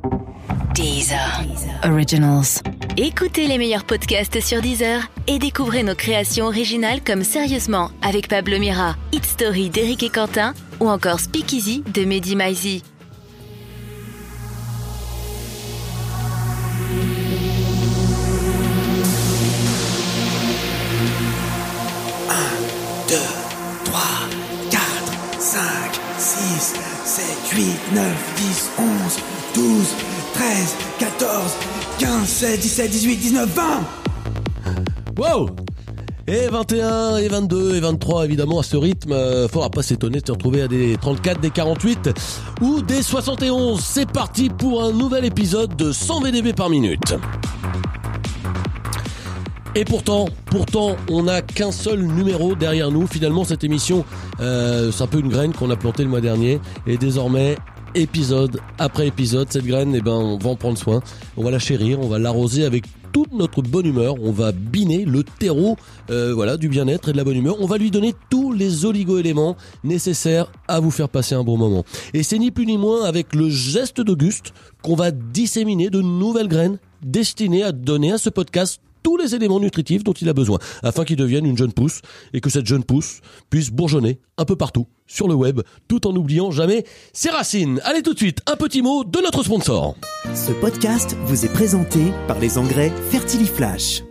Deezer Originals. Écoutez les meilleurs podcasts sur Deezer et découvrez nos créations originales comme Sérieusement avec Pablo Mira, Hit Story d'Éric et Quentin ou encore Speakeasy de Mehdi Maizi. Deux, 3, 4, 5, 6, 7, 8, 9, 10, 11, 12, 13, 14, 15, 16, 17, 18, 19, 20. Wow! Et 21, et 22, et 23, évidemment, à ce rythme, faudra pas s'étonner de se retrouver à des 34, des 48 ou des 71. C'est parti pour un nouvel épisode de 100 VDB par minute. Et pourtant, on n'a qu'un seul numéro derrière nous. Finalement, cette émission, c'est un peu une graine qu'on a plantée le mois dernier. Et désormais, épisode après épisode, cette graine, on va en prendre soin. On va la chérir, on va l'arroser avec toute notre bonne humeur. On va biner le terreau, du bien-être et de la bonne humeur. On va lui donner tous les oligo-éléments nécessaires à vous faire passer un bon moment. Et c'est ni plus ni moins avec le geste d'Auguste qu'on va disséminer de nouvelles graines destinées à donner à ce podcast tous les éléments nutritifs dont il a besoin, afin qu'il devienne une jeune pousse, et que cette jeune pousse puisse bourgeonner un peu partout sur le web, tout en n'oubliant jamais ses racines. Allez tout de suite, un petit mot de notre sponsor. Ce podcast vous est présenté par les engrais Fertiliflash.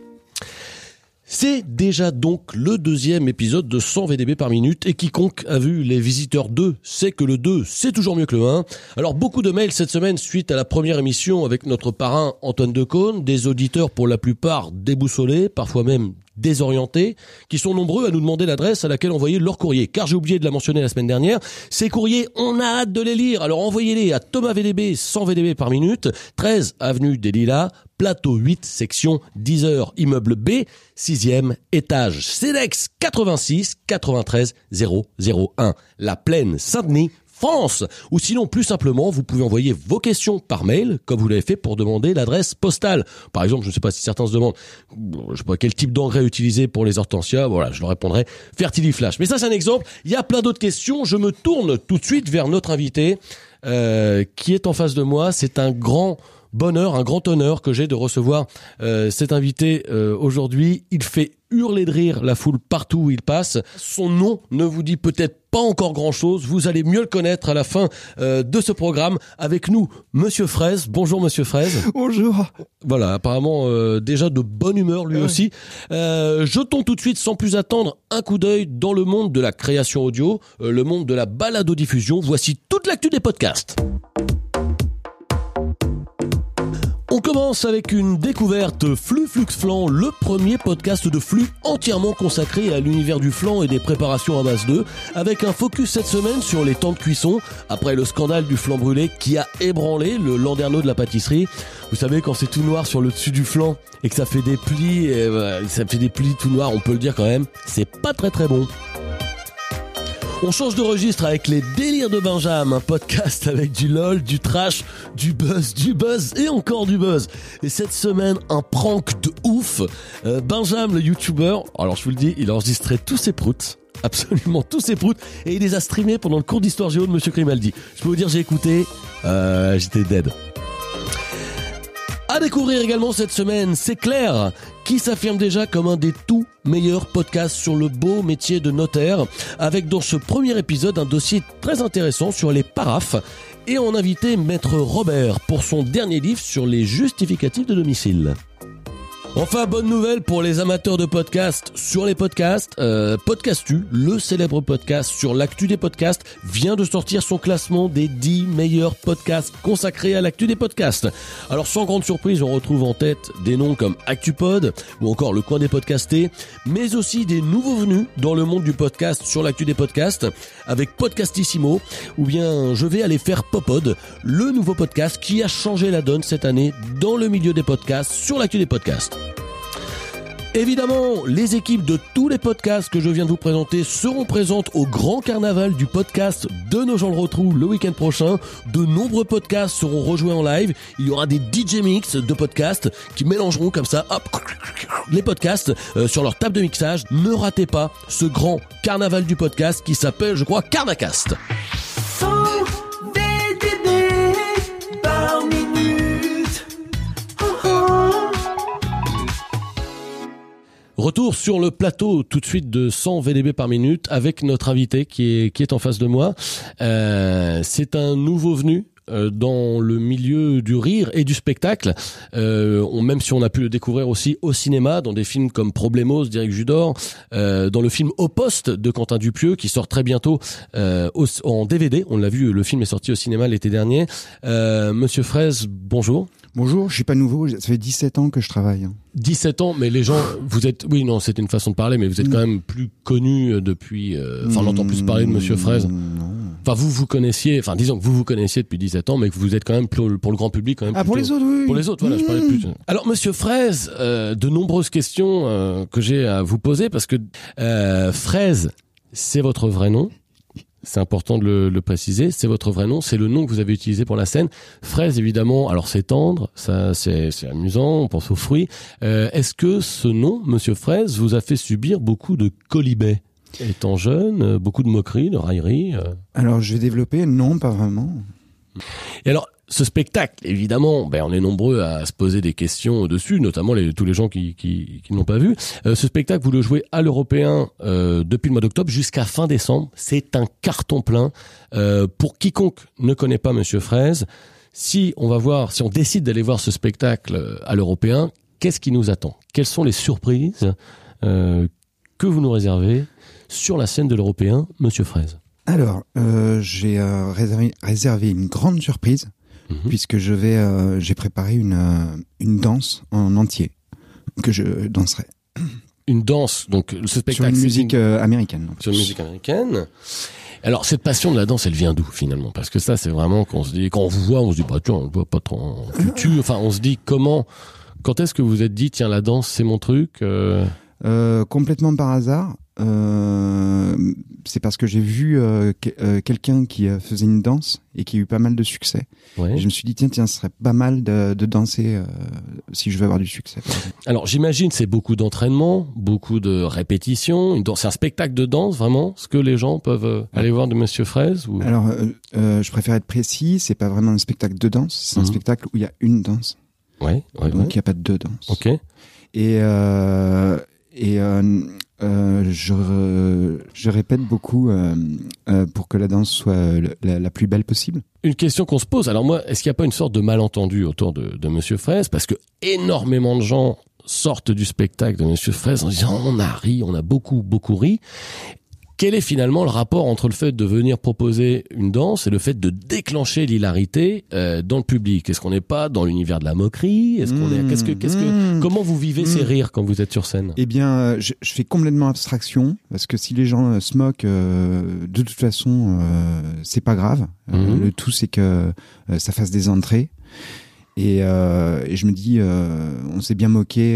C'est déjà donc le deuxième épisode de 100 VDB par minute et quiconque a vu Les Visiteurs 2 sait que le 2 c'est toujours mieux que le 1. Alors beaucoup de mails cette semaine suite à la première émission avec notre parrain Antoine Decaune, des auditeurs pour la plupart déboussolés, parfois même désorientés, qui sont nombreux à nous demander l'adresse à laquelle envoyer leur courrier. Car j'ai oublié de la mentionner la semaine dernière, ces courriers, on a hâte de les lire. Alors envoyez-les à Thomas VDB, 100 VDB par minute, 13 avenue des Lilas, plateau 8, section 10h, immeuble B, 6e étage, CEDEX 86 93 001, La Plaine, Saint-Denis, France. Ou sinon, plus simplement, vous pouvez envoyer vos questions par mail, comme vous l'avez fait pour demander l'adresse postale. Par exemple, je ne sais pas si certains se demandent, je sais pas quel type d'engrais utiliser pour les hortensias. Voilà, je leur répondrai Fertiliflash. Mais ça, c'est un exemple. Il y a plein d'autres questions. Je me tourne tout de suite vers notre invité, qui est en face de moi. C'est un grand bonheur, un grand honneur que j'ai de recevoir cet invité aujourd'hui. Il fait hurler de rire la foule partout où il passe. Son nom ne vous dit peut-être pas encore grand-chose. Vous allez mieux le connaître à la fin de ce programme. Avec nous, Monsieur Fraise. Bonjour Monsieur Fraise. Bonjour. Voilà, apparemment déjà de bonne humeur lui aussi. Jetons tout de suite, sans plus attendre, un coup d'œil dans le monde de la création audio, le monde de la balado-diffusion. Voici toute l'actu des podcasts. On commence avec une découverte, Flux Flux Flan, le premier podcast de flux entièrement consacré à l'univers du flan et des préparations à base d'œufs, avec un focus cette semaine sur les temps de cuisson, après le scandale du flan brûlé qui a ébranlé le landerneau de la pâtisserie. Vous savez, quand c'est tout noir sur le dessus du flan et que ça fait des plis, tout noirs, on peut le dire quand même, c'est pas très très bon. On change de registre avec les délires de Benjamin, un podcast avec du lol, du trash, du buzz et encore du buzz. Et cette semaine, un prank de ouf. Benjamin, le youtubeur, alors je vous le dis, il a enregistré tous ses proutes. Absolument tous ses proutes. Et il les a streamés pendant le cours d'histoire géo de Monsieur Grimaldi. Je peux vous dire, j'ai écouté, j'étais dead. À découvrir également cette semaine, c'est Claire, qui s'affirme déjà comme un des tout meilleurs podcasts sur le beau métier de notaire, avec dans ce premier épisode un dossier très intéressant sur les paraphes, et en invité Maître Robert pour son dernier livre sur les justificatifs de domicile. Enfin, bonne nouvelle pour les amateurs de podcasts sur les podcasts. Podcastu, le célèbre podcast sur l'actu des podcasts, vient de sortir son classement des 10 meilleurs podcasts consacrés à l'actu des podcasts. Alors, sans grande surprise, on retrouve en tête des noms comme ActuPod ou encore Le Coin des Podcastés, mais aussi des nouveaux venus dans le monde du podcast sur l'actu des podcasts, avec Podcastissimo, ou bien Je vais aller faire Popod, le nouveau podcast qui a changé la donne cette année dans le milieu des podcasts sur l'actu des podcasts. Évidemment, les équipes de tous les podcasts que je viens de vous présenter seront présentes au grand carnaval du podcast de Nos Gens le Retrouvent le week-end prochain. De nombreux podcasts seront rejoués en live. Il y aura des DJ mix de podcasts qui mélangeront comme ça, hop, les podcasts sur leur table de mixage. Ne ratez pas ce grand carnaval du podcast qui s'appelle, je crois, Carnacast. 100 VDB par minute. Retour sur le plateau tout de suite de 100 VDB par minute avec notre invité qui est en face de moi. C'est un nouveau venu dans le milieu du rire et du spectacle, même si on a pu le découvrir aussi au cinéma, dans des films comme Problemos d'Éric Judor, dans le film Au Poste de Quentin Dupieux, qui sort très bientôt en DVD. On l'a vu, le film est sorti au cinéma l'été dernier. Monsieur Fraise, bonjour. Bonjour, je suis pas nouveau, ça fait 17 ans que je travaille. 17 ans, mais les gens, vous êtes, oui, non, c'était une façon de parler, mais vous êtes quand même plus connu depuis, on entend plus parler de Monsieur Fraise. Enfin, vous connaissiez, enfin, disons que vous connaissiez depuis 17 ans, mais que vous êtes quand même pour le grand public quand même. Ah, pour les autres, oui. Pour les autres, voilà, je parlais plus. Alors, Monsieur Fraise, de nombreuses questions que j'ai à vous poser, parce que Fraise, c'est votre vrai nom. C'est important de le préciser, c'est votre vrai nom, c'est le nom que vous avez utilisé pour la scène. Fraise, évidemment, alors c'est tendre, ça c'est amusant, on pense aux fruits. Est-ce que ce nom, Monsieur Fraise, vous a fait subir beaucoup de colibets étant jeune, beaucoup de moqueries, de railleries Alors, je vais développer, non, pas vraiment. Et alors, ce spectacle, évidemment, on est nombreux à se poser des questions dessus, notamment tous les gens qui n'ont pas vu. Ce spectacle, vous le jouez à l'Européen depuis le mois d'octobre jusqu'à fin décembre. C'est un carton plein. Pour quiconque ne connaît pas Monsieur Fraise, si on décide d'aller voir ce spectacle à l'Européen, qu'est-ce qui nous attend? Quelles sont les surprises que vous nous réservez sur la scène de l'Européen, Monsieur Fraise? Alors, j'ai réservé une grande surprise. Puisque j'ai préparé une danse en entier que je danserai. Une danse, donc ce spectacle sur une musique américaine. Sur une musique américaine. Alors cette passion de la danse, elle vient d'où finalement? Parce que ça, c'est vraiment quand on vous voit, on se dit tiens, on le voit pas trop en culture. Enfin, on se dit quand est-ce que vous vous êtes dit tiens, la danse, c'est mon truc? Complètement par hasard. C'est parce que j'ai vu quelqu'un qui faisait une danse et qui a eu pas mal de succès. Ouais. Et je me suis dit tiens, ce serait pas mal de danser si je veux avoir du succès. Alors j'imagine c'est beaucoup d'entraînement, beaucoup de répétitions. C'est un spectacle de danse vraiment, ce que les gens peuvent aller voir de Monsieur Fraise ou... Alors je préfère être précis. C'est pas vraiment un spectacle de danse. C'est un spectacle où il y a une danse. Ouais. Donc il n'y a pas de deux danses. Ok. Je répète beaucoup pour que la danse soit la plus belle possible. Une question qu'on se pose, alors moi, est-ce qu'il n'y a pas une sorte de malentendu autour de Monsieur Fraise? Parce que énormément de gens sortent du spectacle de Monsieur Fraise en disant on a ri, on a beaucoup, beaucoup ri. Quel est finalement le rapport entre le fait de venir proposer une danse et le fait de déclencher l'hilarité dans le public? Est-ce qu'on n'est pas dans l'univers de la moquerie? Est-ce qu'on est comment vous vivez ces rires quand vous êtes sur scène? Eh bien, je fais complètement abstraction parce que si les gens se moquent, de toute façon, c'est pas grave. Le tout, c'est que ça fasse des entrées. Et je me dis, on s'est bien moqué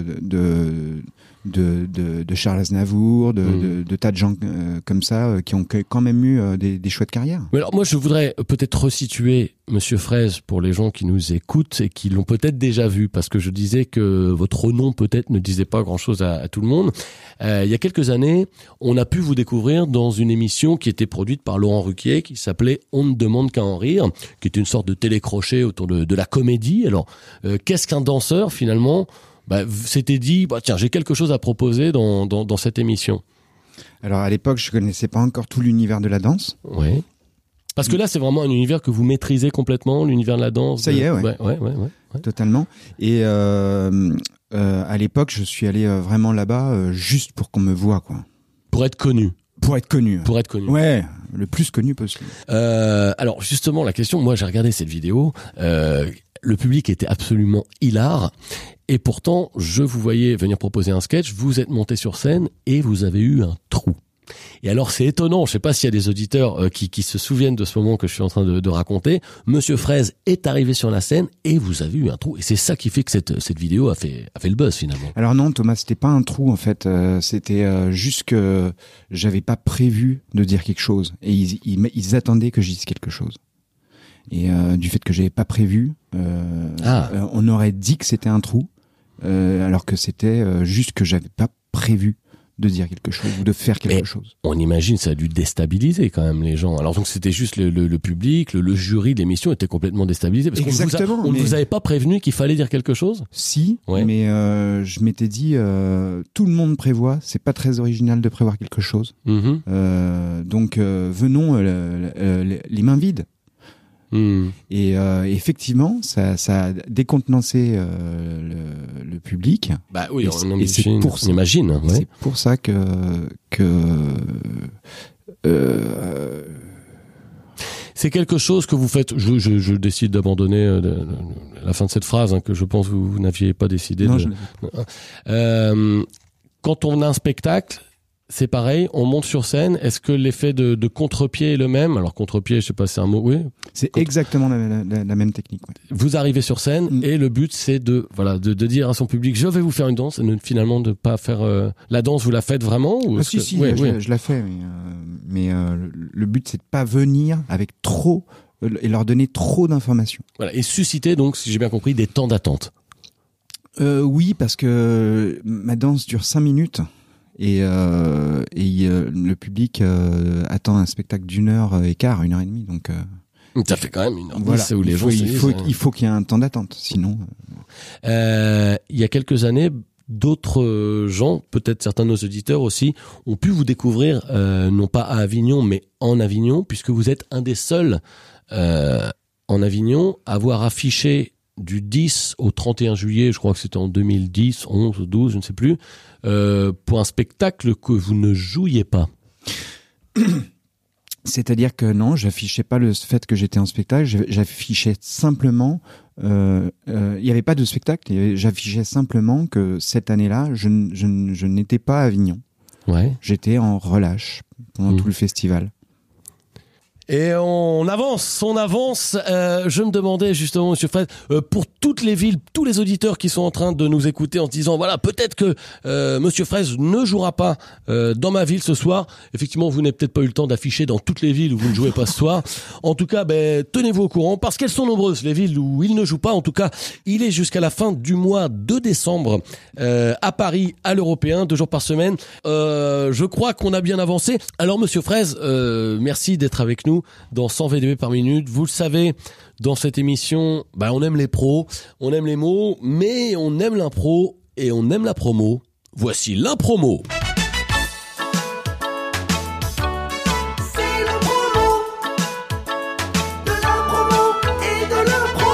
de Charles Aznavour, de tas de gens comme ça qui ont quand même eu des chouettes carrières. Mais alors moi je voudrais peut-être resituer Monsieur Fraise pour les gens qui nous écoutent et qui l'ont peut-être déjà vu, parce que je disais que votre nom peut-être ne disait pas grand-chose à tout le monde. Il y a quelques années, on a pu vous découvrir dans une émission qui était produite par Laurent Ruquier qui s'appelait On ne demande qu'à en rire, qui est une sorte de télécrochet autour de la comédie. Alors qu'est-ce qu'un danseur finalement s'était dit, tiens, j'ai quelque chose à proposer dans cette émission. Alors à l'époque, je connaissais pas encore tout l'univers de la danse. Oui. Parce que là, c'est vraiment un univers que vous maîtrisez complètement, l'univers de la danse. Ça y est, ouais. Ouais. Totalement. Et à l'époque, je suis allé vraiment là-bas juste pour qu'on me voie, quoi. Pour être connu. Pour être connu. Ouais, le plus connu possible. Alors justement, la question, moi j'ai regardé cette vidéo, le public était absolument hilar. Et pourtant, je vous voyais venir proposer un sketch, vous êtes monté sur scène et vous avez eu un trou. Et alors c'est étonnant, je sais pas s'il y a des auditeurs qui se souviennent de ce moment que je suis en train de raconter. Monsieur Fraise est arrivé sur la scène et vous avez eu un trou. Et c'est ça qui fait que cette vidéo a fait le buzz finalement. Alors non Thomas, c'était pas un trou en fait, c'était juste que j'avais pas prévu de dire quelque chose. Et ils attendaient que je dise quelque chose. Et du fait que j'avais pas prévu, on aurait dit que c'était un trou, alors que c'était juste que j'avais pas prévu de dire quelque chose ou de faire quelque chose. On imagine ça a dû déstabiliser quand même les gens. Alors donc c'était juste le public, le jury de l'émission était complètement déstabilisé parce Exactement, qu'on ne vous avait pas prévenu qu'il fallait dire quelque chose. Si, mais je m'étais dit tout le monde prévoit, c'est pas très original de prévoir quelque chose. Donc venons les mains vides. Et effectivement, ça a décontenancé le public. Bah oui, on imagine. Ouais. C'est pour ça que c'est quelque chose que vous faites. Je décide d'abandonner la fin de cette phrase que je pense que vous n'aviez pas décidé. Non, quand on a un spectacle. C'est pareil, on monte sur scène. Est-ce que l'effet de contre-pied est le même? Alors contre-pied, je sais pas, c'est un mot. Oui. C'est exactement la même technique. Ouais. Vous arrivez sur scène et le but c'est de dire à son public, je vais vous faire une danse, et finalement de pas faire la danse. Vous la faites vraiment ou si, je la fais, mais le but c'est de pas venir avec trop et leur donner trop d'informations. Voilà, et susciter donc, si j'ai bien compris, des temps d'attente. Oui, parce que ma danse dure 5 minutes. Et le public attend un spectacle d'1h15, 1h30, donc ça fait quand même 1h10 voilà, où les gens il faut qu'il y ait un temps d'attente, sinon il y a quelques années, d'autres gens, peut-être certains de nos auditeurs aussi, ont pu vous découvrir non pas à Avignon mais en Avignon, puisque vous êtes un des seuls en Avignon à avoir affiché du 10 au 31 juillet, je crois que c'était en 2010, 11, 12, je ne sais plus, pour un spectacle que vous ne jouiez pas. C'est-à-dire que non, j'affichais pas le fait que j'étais en spectacle, j'affichais simplement, il y avait pas de spectacle, j'affichais simplement que cette année-là, je n'étais pas à Avignon. Ouais. J'étais en relâche pendant tout le festival. Et on avance. Je me demandais justement, Monsieur Fraise, pour toutes les villes, tous les auditeurs qui sont en train de nous écouter en se disant, voilà, peut-être que Monsieur Fraise ne jouera pas dans ma ville ce soir. Effectivement, vous n'avez peut-être pas eu le temps d'afficher dans toutes les villes où vous ne jouez pas ce soir. En tout cas, tenez-vous au courant, parce qu'elles sont nombreuses, les villes où il ne joue pas. En tout cas, il est jusqu'à la fin du mois de décembre à Paris, à l'Européen, 2 jours par semaine. Je crois qu'on a bien avancé. Alors, Monsieur Fraise, merci d'être avec nous dans 100 VDB par minute. Vous le savez, dans cette émission, on aime les pros, on aime les mots, mais on aime l'impro et on aime la promo. Voici l'impromo. C'est la promo de la promo et de l'impro.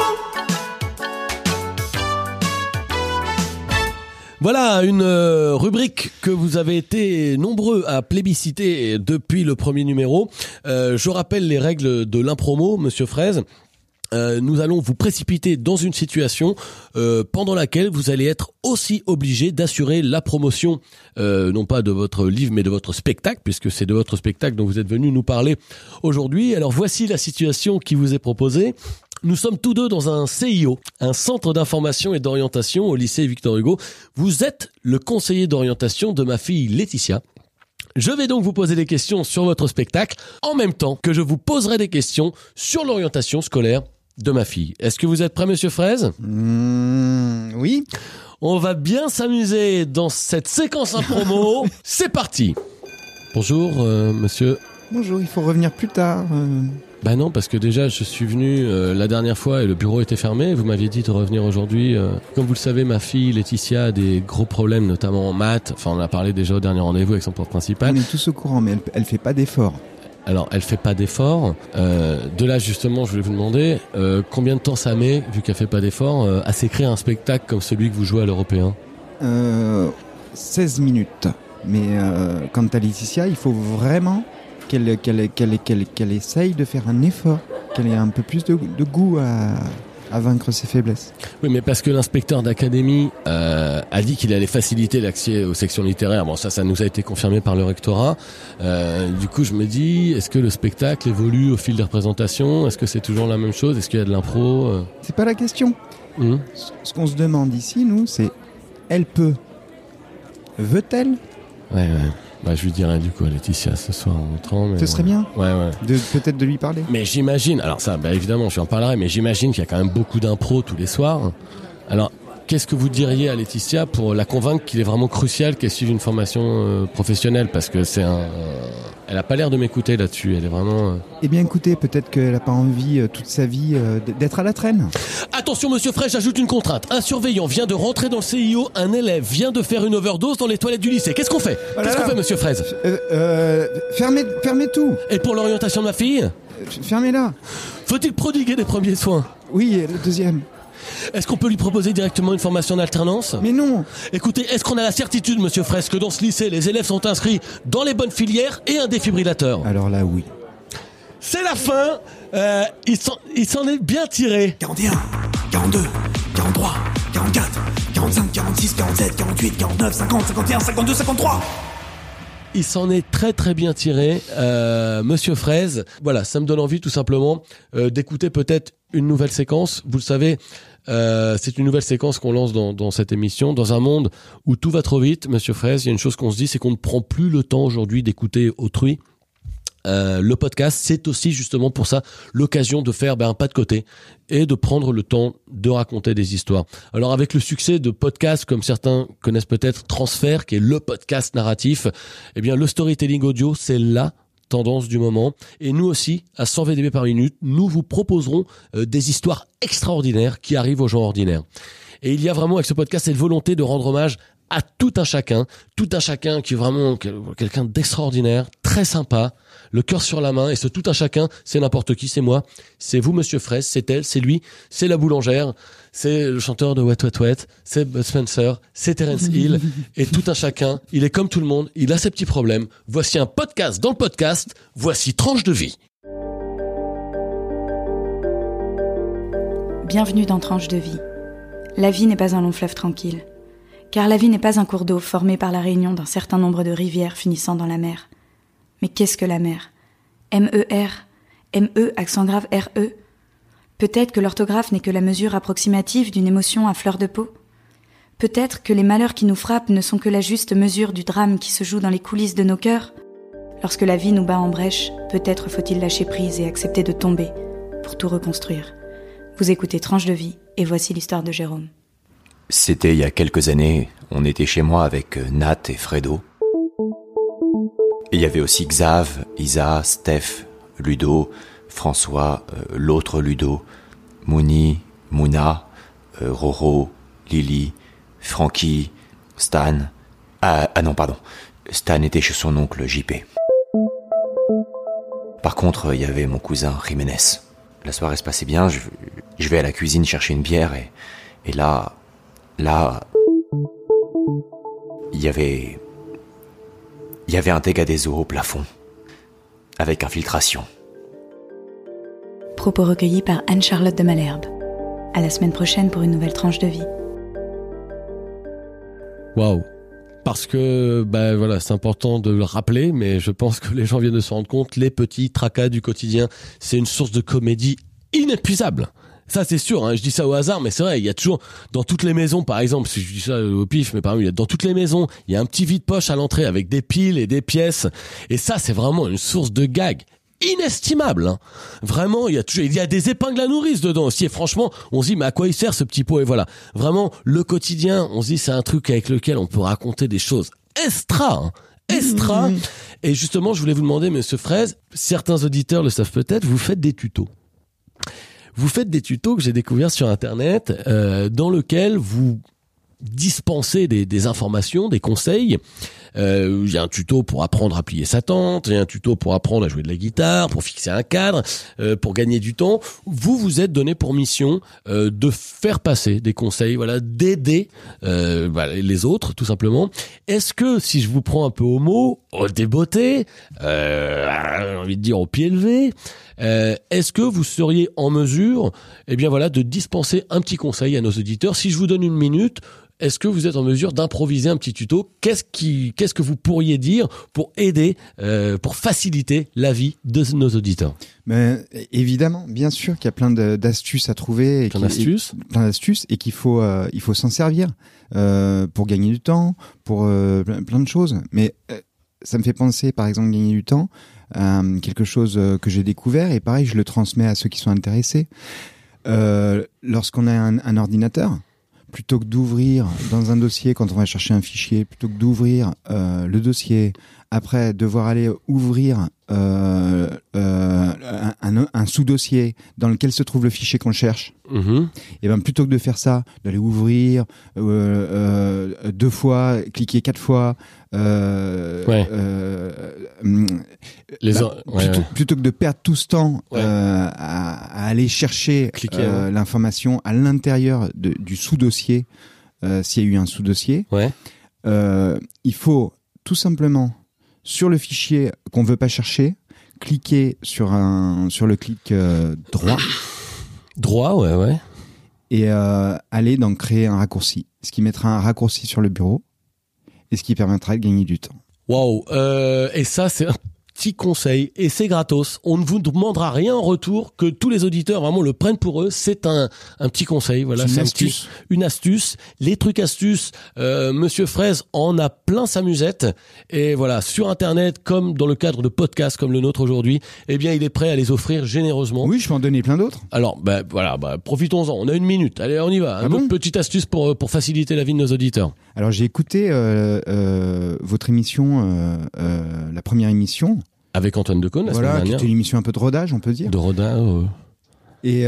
Voilà une rubrique que vous avez été nombreux à plébisciter depuis le premier numéro. Je rappelle les règles de l'impromo, Monsieur Fraise. Nous allons vous précipiter dans une situation pendant laquelle vous allez être aussi obligé d'assurer la promotion, non pas de votre livre mais de votre spectacle, puisque c'est de votre spectacle dont vous êtes venu nous parler aujourd'hui. Alors voici la situation qui vous est proposée. Nous sommes tous deux dans un CIO, un centre d'information et d'orientation au lycée Victor Hugo. Vous êtes le conseiller d'orientation de ma fille Laetitia. Je vais donc vous poser des questions sur votre spectacle, en même temps que je vous poserai des questions sur l'orientation scolaire de ma fille. Est-ce que vous êtes prêt, Monsieur Fraise ? Oui. On va bien s'amuser dans cette séquence impromo. C'est parti. Bonjour, monsieur. Bonjour, il faut revenir plus tard. Non, parce que déjà, je suis venu la dernière fois et le bureau était fermé. Vous m'aviez dit de revenir aujourd'hui. Comme vous le savez, ma fille Laetitia a des gros problèmes, notamment en maths. Enfin, on en a parlé déjà au dernier rendez-vous avec son prof principal. On est tous au courant, mais elle fait pas d'efforts. Alors, elle fait pas d'efforts. De là, justement, je voulais vous demander combien de temps ça met, vu qu'elle fait pas d'efforts, à s'écrire un spectacle comme celui que vous jouez à l'Européen ? 16 minutes. Mais quant à Laetitia, il faut vraiment qu'elle essaye de faire un effort, qu'elle ait un peu plus de goût à vaincre ses faiblesses. Oui, mais parce que l'inspecteur d'académie a dit qu'il allait faciliter l'accès aux sections littéraires. Bon, ça nous a été confirmé par le rectorat. Du coup, je me dis, est-ce que le spectacle évolue au fil des représentations ? Est-ce que c'est toujours la même chose ? Est-ce qu'il y a de l'impro ? C'est pas la question. Ce qu'on se demande ici, nous, c'est elle peut. Veut-elle ? Ouais. Je lui dirai du coup à Laetitia ce soir en rentrant. Ce serait bien. Ouais. Peut-être de lui parler. Mais j'imagine, alors ça, évidemment, je lui en parlerai, mais j'imagine qu'il y a quand même beaucoup d'impro tous les soirs. Alors, qu'est-ce que vous diriez à Laetitia pour la convaincre qu'il est vraiment crucial qu'elle suive une formation professionnelle, parce que elle a pas l'air de m'écouter là-dessus. Elle est vraiment. Eh bien, écoutez, peut-être qu'elle a pas envie toute sa vie d'être à la traîne. Attention, monsieur Frey, j'ajoute une contrainte. Un surveillant vient de rentrer dans le CIO. Un élève vient de faire une overdose dans les toilettes du lycée. Qu'est-ce qu'on fait ? Qu'est-ce qu'on fait, monsieur Fraise ? Fermez tout. Et pour l'orientation de ma fille ? Fermez-la. Faut-il prodiguer des premiers soins ? Oui, le deuxième. Est-ce qu'on peut lui proposer directement une formation en alternance ? Mais non. Écoutez, est-ce qu'on a la certitude, monsieur Fraisse, que dans ce lycée, les élèves sont inscrits dans les bonnes filières et un défibrillateur ? Alors là, oui. C'est la fin. Il s'en est bien tiré. 41, 42, 43, 44, 45, 46, 47, 48, 49, 50, 51, 52, 53. Il s'en est très très bien tiré, monsieur Fraise. Voilà, ça me donne envie tout simplement d'écouter peut-être une nouvelle séquence. Vous le savez, c'est une nouvelle séquence qu'on lance dans cette émission. Dans un monde où tout va trop vite, monsieur Fraise, il y a une chose qu'on se dit, c'est qu'on ne prend plus le temps aujourd'hui d'écouter autrui. Le podcast, c'est aussi justement pour ça l'occasion de faire un pas de côté et de prendre le temps de raconter des histoires. Alors avec le succès de podcasts comme certains connaissent peut-être, Transfert, qui est le podcast narratif, eh bien le storytelling audio, c'est la tendance du moment. Et nous aussi, à 100 VDB par minute, nous vous proposerons des histoires extraordinaires qui arrivent aux gens ordinaires. Et il y a vraiment avec ce podcast cette volonté de rendre hommage à tout un chacun qui est vraiment quelqu'un d'extraordinaire, très sympa, le cœur sur la main. Et ce tout un chacun, c'est n'importe qui, c'est moi, c'est vous, monsieur Fraisse, c'est elle, c'est lui, c'est la boulangère, c'est le chanteur de Wet Wet Wet, c'est Bud Spencer, c'est Terence Hill. Et tout un chacun, il est comme tout le monde, il a ses petits problèmes. Voici un podcast dans le podcast, voici Tranche de vie. Bienvenue dans Tranche de vie. La vie n'est pas un long fleuve tranquille. Car la vie n'est pas un cours d'eau formé par la réunion d'un certain nombre de rivières finissant dans la mer. Mais qu'est-ce que la mer ? M-E-R, M-E, accent grave R-E. Peut-être que l'orthographe n'est que la mesure approximative d'une émotion à fleur de peau. Peut-être que les malheurs qui nous frappent ne sont que la juste mesure du drame qui se joue dans les coulisses de nos cœurs. Lorsque la vie nous bat en brèche, peut-être faut-il lâcher prise et accepter de tomber pour tout reconstruire. Vous écoutez Tranche de vie et voici l'histoire de Jérôme. C'était il y a quelques années, on était chez moi avec Nat et Fredo. Et il y avait aussi Xav, Isa, Steph, Ludo, François, l'autre Ludo, Mouni, Mouna, Roro, Lily, Francky, Stan. Ah non, pardon. Stan était chez son oncle JP. Par contre, il y avait mon cousin Jiménez. La soirée se passait bien, je vais à la cuisine chercher une bière et là, il y avait un dégât des eaux au plafond, avec infiltration. Propos recueillis par Anne-Charlotte de Malherbe. À la semaine prochaine pour une nouvelle tranche de vie. Waouh. Parce que, voilà, c'est important de le rappeler, mais je pense que les gens viennent de se rendre compte, les petits tracas du quotidien, c'est une source de comédie inépuisable. Ça, c'est sûr, hein, je dis ça au hasard, mais c'est vrai, il y a toujours, dans toutes les maisons, par exemple, si je dis ça au pif, mais par exemple, dans toutes les maisons, il y a un petit vide-poche à l'entrée avec des piles et des pièces. Et ça, c'est vraiment une source de gag inestimable, hein. Vraiment, il y a des épingles à nourrice dedans aussi. Et franchement, on se dit, mais à quoi il sert ce petit pot? Et voilà. Vraiment, le quotidien, on se dit, c'est un truc avec lequel on peut raconter des choses extra. Et justement, je voulais vous demander, monsieur Fraise, certains auditeurs le savent peut-être, vous faites des tutos. Vous faites des tutos que j'ai découverts sur Internet, dans lesquels vous dispensez des informations, des conseils. Il y a un tuto pour apprendre à plier sa tente, il y a un tuto pour apprendre à jouer de la guitare, pour fixer un cadre, pour gagner du temps. Vous êtes donné pour mission de faire passer des conseils, voilà, d'aider les autres, tout simplement. Est-ce que, si je vous prends un peu au mot, au débeauté, j'ai envie de dire au pied levé, est-ce que vous seriez en mesure, de dispenser un petit conseil à nos auditeurs? Si je vous donne une minute, est-ce que vous êtes en mesure d'improviser un petit tuto? Qu'est-ce que vous pourriez dire pour aider, pour faciliter la vie de nos auditeurs? Mais évidemment, bien sûr qu'il y a plein d'astuces à trouver, plein d'astuces, et qu'il faut s'en servir pour gagner du temps, pour plein de choses. Mais ça me fait penser, par exemple, gagner du temps, quelque chose que j'ai découvert, et pareil, je le transmets à ceux qui sont intéressés. Lorsqu'on a un ordinateur, plutôt que d'ouvrir dans un dossier quand on va chercher un fichier, plutôt que d'ouvrir le dossier, après devoir aller ouvrir un sous-dossier dans lequel se trouve le fichier qu'on cherche, et ben plutôt que de faire ça, d'aller ouvrir 2 fois, cliquer 4 fois, plutôt que de perdre tout ce temps à aller chercher l'information à l'intérieur du sous-dossier, s'il y a eu un sous-dossier, il faut tout simplement sur le fichier qu'on veut pas chercher, cliquer sur le clic droit, et aller dans créer un raccourci, ce qui mettra un raccourci sur le bureau et ce qui permettra de gagner du temps. Waouh, et ça c'est un petit conseil et c'est gratos. On ne vous demandera rien en retour, que tous les auditeurs vraiment le prennent pour eux. C'est un petit conseil, voilà, c'est une astuce. Les trucs astuces, Monsieur Fraise en a plein sa musette, et voilà, sur internet comme dans le cadre de podcasts comme le nôtre aujourd'hui, eh bien il est prêt à les offrir généreusement. Oui, je peux en donner plein d'autres. Alors profitons-en, on a 1 minute. Allez, on y va. Une autre petite astuce pour faciliter la vie de nos auditeurs. Alors j'ai écouté votre émission, la première émission. Avec Antoine Decaune, la semaine dernière. Qui était une émission un peu de rodage, on peut dire. De rodage. Et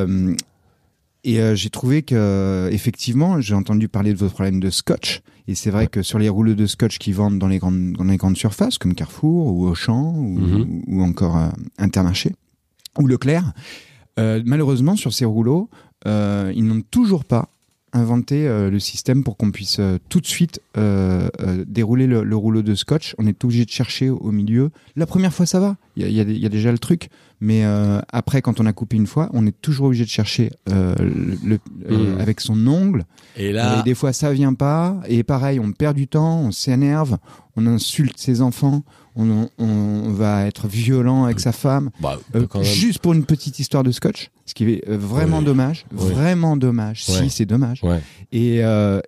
j'ai trouvé que, effectivement, j'ai entendu parler de votre problème de scotch. Et c'est vrai que sur les rouleaux de scotch qui vendent dans les grandes surfaces, comme Carrefour ou Auchan ou encore Intermarché ou Leclerc, malheureusement, sur ces rouleaux, ils n'ont toujours pas inventé le système pour qu'on puisse tout de suite dérouler le rouleau de scotch. On est obligé de chercher au milieu. La première fois, ça va. Il y a déjà le truc. Mais après, quand on a coupé une fois, on est toujours obligé de chercher avec son ongle. Et là, des fois, ça vient pas. Et pareil, on perd du temps, on s'énerve, on insulte ses enfants, on va être violent avec sa femme, juste pour une petite histoire de scotch. Ce qui est vraiment dommage. Vraiment dommage. Si, c'est dommage. Et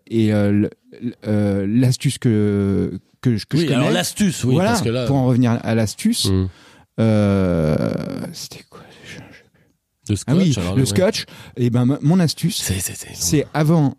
l'astuce que je connais. Alors l'astuce, voilà, parce que là, pour en revenir à l'astuce, c'était quoi déjà? Le scotch, le scotch. Et ben mon astuce, c'est avant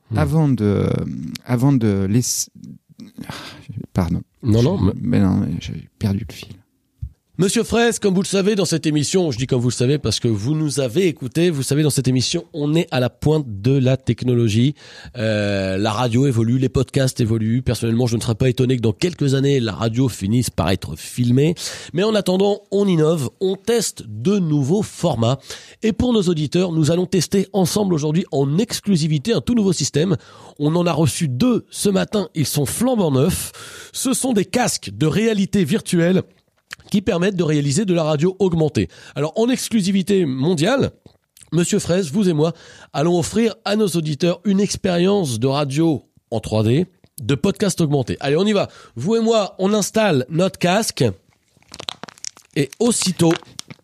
de laisser. Pardon. Mais j'ai perdu le fil. Monsieur Fraise, comme vous le savez dans cette émission, je dis comme vous le savez parce que vous nous avez écoutés, vous savez dans cette émission, on est à la pointe de la technologie. La radio évolue, les podcasts évoluent. Personnellement, je ne serais pas étonné que dans quelques années, la radio finisse par être filmée. Mais en attendant, on innove, on teste de nouveaux formats. Et pour nos auditeurs, nous allons tester ensemble aujourd'hui en exclusivité un tout nouveau système. On en a reçu 2 ce matin, ils sont flambant neufs. Ce sont des casques de réalité virtuelle qui permettent de réaliser de la radio augmentée. Alors, en exclusivité mondiale, Monsieur Fraise, vous et moi, allons offrir à nos auditeurs une expérience de radio en 3D, de podcast augmenté. Allez, on y va. Vous et moi, on installe notre casque et aussitôt...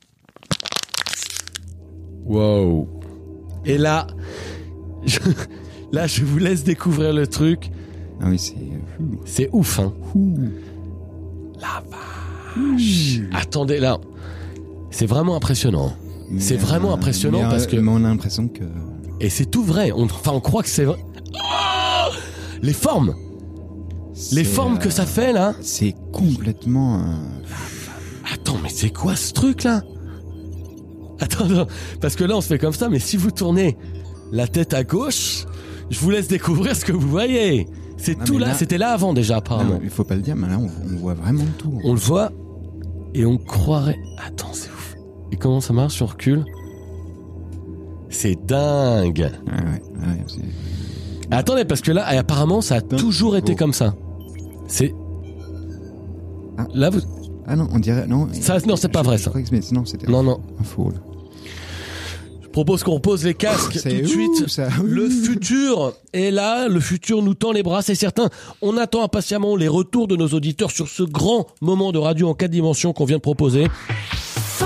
Wow. Et là, je vous laisse découvrir le truc. Ah oui, c'est ouf, hein. La vache. Attendez, là, c'est vraiment impressionnant. C'est vraiment impressionnant parce que... Mais on a l'impression que... Et c'est tout vrai. On croit que c'est vrai. Oh, les formes que ça fait, là. C'est complètement... Attends, mais c'est quoi ce truc, là? Attends, parce que là, on se fait comme ça, mais si vous tournez la tête à gauche, je vous laisse découvrir ce que vous voyez. C'est tout là, c'était là avant déjà, apparemment. Non, il faut pas le dire, mais là, on voit vraiment tout. On le voit et on croirait... Attends, c'est ouf. Et comment ça marche, on recule? C'est dingue. Attendez, parce que là, apparemment, ça a toujours été comme ça. C'est... Là, vous... Ah non, on dirait... Non, c'est pas vrai, ça. Non, c'était un faux, là. Je propose qu'on repose les casques tout de suite. Le futur est là, le futur nous tend les bras, c'est certain. On attend impatiemment les retours de nos auditeurs sur ce grand moment de radio en 4 dimensions qu'on vient de proposer. 100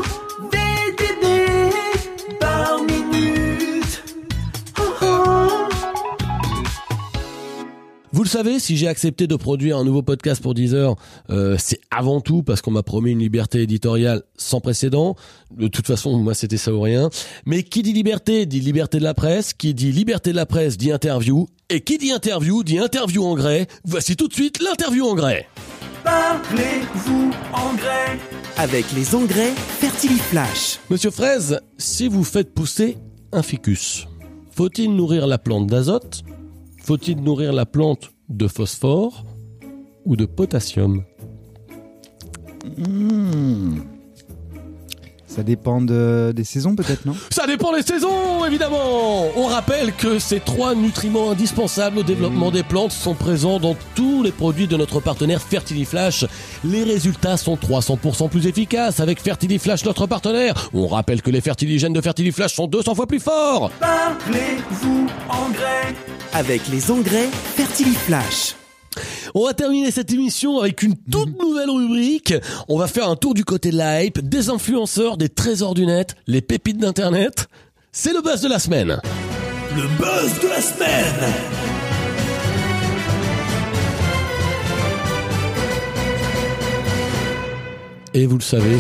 VDB par minute. Vous le savez, si j'ai accepté de produire un nouveau podcast pour Deezer, c'est avant tout parce qu'on m'a promis une liberté éditoriale sans précédent. De toute façon, moi, c'était ça ou rien. Mais qui dit liberté de la presse. Qui dit liberté de la presse dit interview. Et qui dit interview en grès. Voici tout de suite l'interview en grès. Parlez-vous engrais Avec les engrais Fertiliflash. Monsieur Fraise, si vous faites pousser un ficus, faut-il nourrir la plante d'azote ? Faut-il nourrir la plante de phosphore ou de potassium ? Ça dépend des saisons peut-être, non ? Ça dépend des saisons, évidemment. On rappelle que ces 3 nutriments indispensables au développement des plantes sont présents dans tous les produits de notre partenaire Fertiliflash. Les résultats sont 300% plus efficaces avec Fertiliflash, notre partenaire. On rappelle que les fertiligènes de Fertiliflash sont 200 fois plus forts. Parlez-vous engrais Avec les engrais Fertiliflash. On va terminer cette émission avec une toute nouvelle rubrique. On va faire un tour du côté de la hype, des influenceurs, des trésors du net, les pépites d'internet. C'est le buzz de la semaine. Le buzz de la semaine. Et vous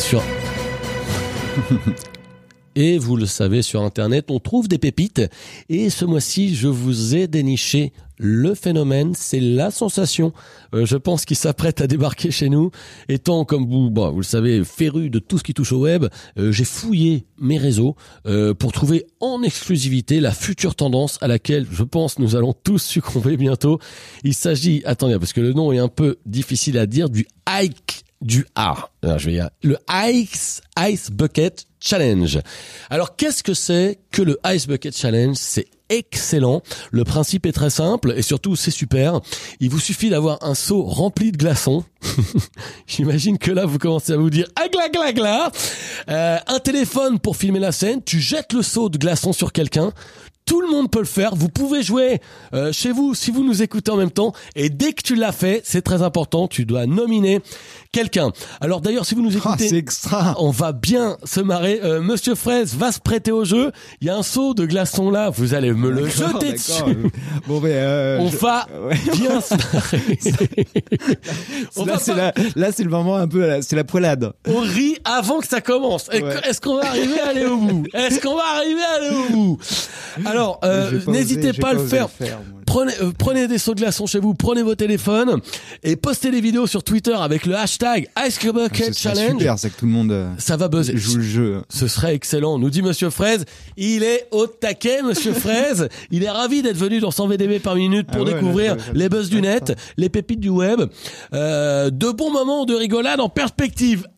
le savez sur Internet, on trouve des pépites. Et ce mois-ci, je vous ai déniché le phénomène, c'est la sensation. Je pense qu'il s'apprête à débarquer chez nous. Étant comme vous le savez, féru de tout ce qui touche au web, j'ai fouillé mes réseaux pour trouver en exclusivité la future tendance à laquelle je pense nous allons tous succomber bientôt. Il s'agit, attendez, parce que le nom est un peu difficile à dire, le Ice Bucket Challenge. Alors, qu'est-ce que c'est que le Ice Bucket Challenge ? C'est excellent. Le principe est très simple et surtout c'est super. Il vous suffit d'avoir un seau rempli de glaçons. J'imagine que là vous commencez à vous dire un téléphone pour filmer la scène. Tu jettes le seau de glaçons sur quelqu'un. Tout le monde peut le faire. Vous pouvez jouer chez vous si vous nous écoutez en même temps. Et dès que tu l'as fait, c'est très important, tu dois nominer quelqu'un. Alors d'ailleurs, si vous nous écoutez, c'est extra. On va bien se marrer. Monsieur Fraise va se prêter au jeu. Il y a un seau de glaçons là. Vous allez me le jeter dessus. Bon, mais on va bien se marrer. Là, c'est le moment un peu, c'est la poilade. On rit avant que ça commence. Ouais. Est-ce qu'on va arriver à aller au bout ? Alors, n'hésitez pas à le faire. Prenez des seaux de glaçons chez vous, prenez vos téléphones et postez des vidéos sur Twitter avec le hashtag Ice Bucket Challenge. Super, c'est que tout le monde ça va buzzer. Joue le jeu. Ce serait excellent. Nous dit Monsieur Fraise. Il est au taquet, Monsieur Fraise. Il est ravi d'être venu dans 100 VDB par minute pour découvrir les buzz du net, les pépites du web, de bons moments de rigolade en perspective.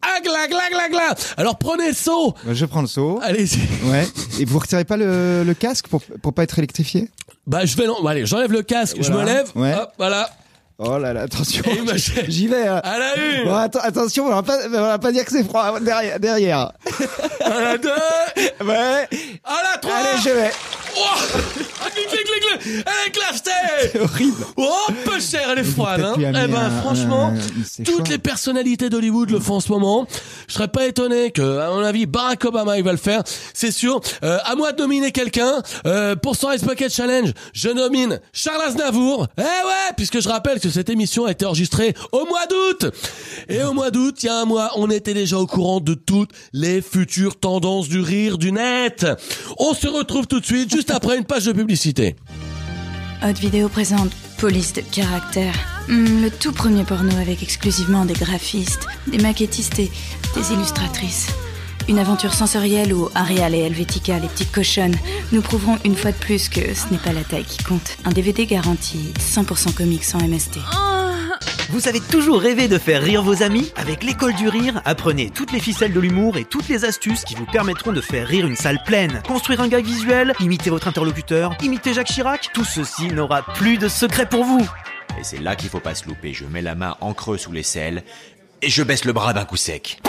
Alors prenez le seau. Je prends le seau. Allez-y. Ouais. Et vous retirez pas le casque pour pas être électrifié ? Allez, j'enlève le casque, je me lève. Ouais. Hop, voilà. Oh là là, attention. J'y vais. Hein. À la une. Bon, attention, on va pas dire que c'est froid derrière. À la 2. Ouais. À la 3. Allez, je vais. Oh, elle est classée. C'est horrible. Oh, peu cher, elle est froide. Franchement, toutes les personnalités d'Hollywood le font en ce moment. Je serais pas étonné que, à mon avis, Barack Obama il va le faire. C'est sûr. À moi de nominer quelqu'un pour son Ice Bucket Challenge. Je nomine Charles Aznavour. Puisque je rappelle que cette émission a été enregistrée au mois d'août. Et au mois d'août, il y a un mois, on était déjà au courant de toutes les futures tendances du rire du net. On se retrouve tout de suite, juste après une page de publicité. Haute Vidéo présente Police de caractère. Le tout premier porno avec exclusivement des graphistes, des maquettistes et des illustratrices. Une aventure sensorielle où Arial et Helvetica, les petites cochonnes, nous prouveront une fois de plus que ce n'est pas la taille qui compte. Un DVD garanti 100% comics sans MST. Vous avez toujours rêvé de faire rire vos amis ? Avec l'école du rire, apprenez toutes les ficelles de l'humour et toutes les astuces qui vous permettront de faire rire une salle pleine. Construire un gag visuel, imiter votre interlocuteur, imiter Jacques Chirac, tout ceci n'aura plus de secret pour vous. Et c'est là qu'il faut pas se louper. Je mets la main en creux sous l'aisselle et je baisse le bras d'un coup sec.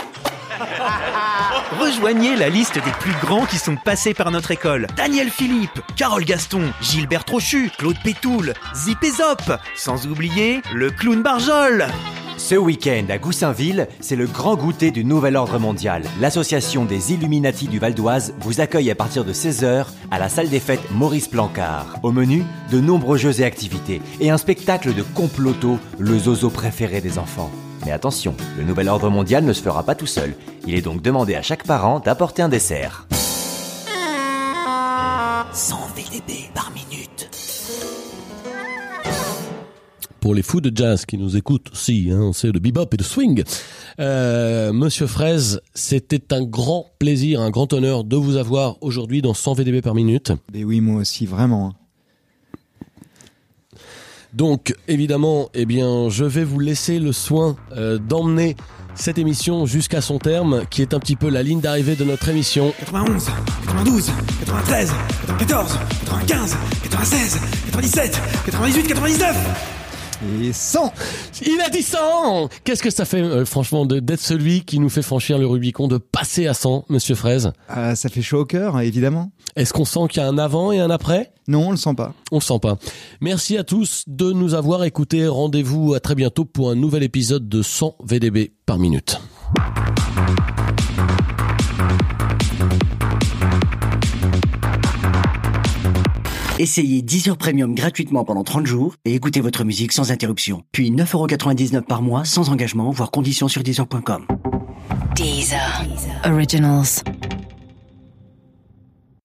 Rejoignez la liste des plus grands qui sont passés par notre école. Daniel Philippe, Carole Gaston, Gilbert Trochu, Claude Pétoul, Zip et Zop, sans oublier le clown Barjol. Ce week-end à Goussainville, c'est le grand goûter du Nouvel Ordre Mondial. L'association des Illuminati du Val d'Oise vous accueille à partir de 16h à la salle des fêtes Maurice Plancard. Au menu, de nombreux jeux et activités et un spectacle de comploto, le zozo préféré des enfants. Mais attention, le Nouvel Ordre Mondial ne se fera pas tout seul. Il est donc demandé à chaque parent d'apporter un dessert. 100 VDB par minute. Pour les fous de jazz qui nous écoutent aussi, c'est de bebop et de swing. Monsieur Fraise, c'était un grand plaisir, un grand honneur de vous avoir aujourd'hui dans 100 VDB par minute. Mais oui, moi aussi, vraiment. Donc, évidemment, je vais vous laisser le soin d'emmener cette émission jusqu'à son terme, qui est un petit peu la ligne d'arrivée de notre émission. 91, 92, 93, 94, 95, 96, 97, 98, 99. Et 100. Il a dit 100. Qu'est-ce que ça fait, franchement, d'être celui qui nous fait franchir le Rubicon, de passer à 100, Monsieur Fraise? Ça fait chaud au cœur, évidemment. Est-ce qu'on sent qu'il y a un avant et un après? Non, on le sent pas. On le sent pas. Merci à tous de nous avoir écoutés. Rendez-vous à très bientôt pour un nouvel épisode de 100 VDB par minute. Essayez Deezer Premium gratuitement pendant 30 jours et écoutez votre musique sans interruption. Puis 9,99€ par mois sans engagement, voire conditions sur Deezer.com. Deezer Originals.